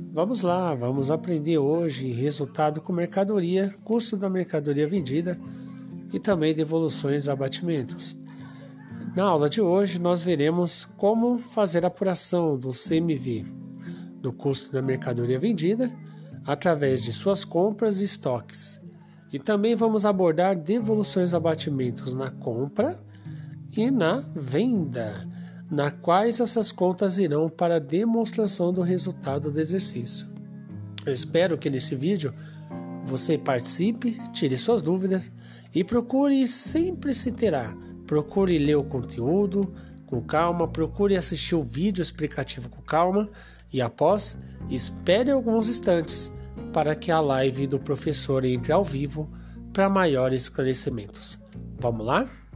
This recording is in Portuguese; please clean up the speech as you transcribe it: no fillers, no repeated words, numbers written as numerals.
Vamos lá, vamos aprender hoje resultado com mercadoria, custo da mercadoria vendida e também devoluções e abatimentos. Na aula de hoje nós veremos como fazer a apuração do CMV, do custo da mercadoria vendida, através de suas compras e estoques. E também vamos abordar devoluções e abatimentos na compra e na venda, na quais essas contas irão para a demonstração do resultado do exercício. Eu espero que nesse vídeo você participe, tire suas dúvidas e procure sempre se terá. Procure ler o conteúdo com calma, procure assistir o vídeo explicativo com calma e após, espere alguns instantes para que a live do professor entre ao vivo para maiores esclarecimentos. Vamos lá?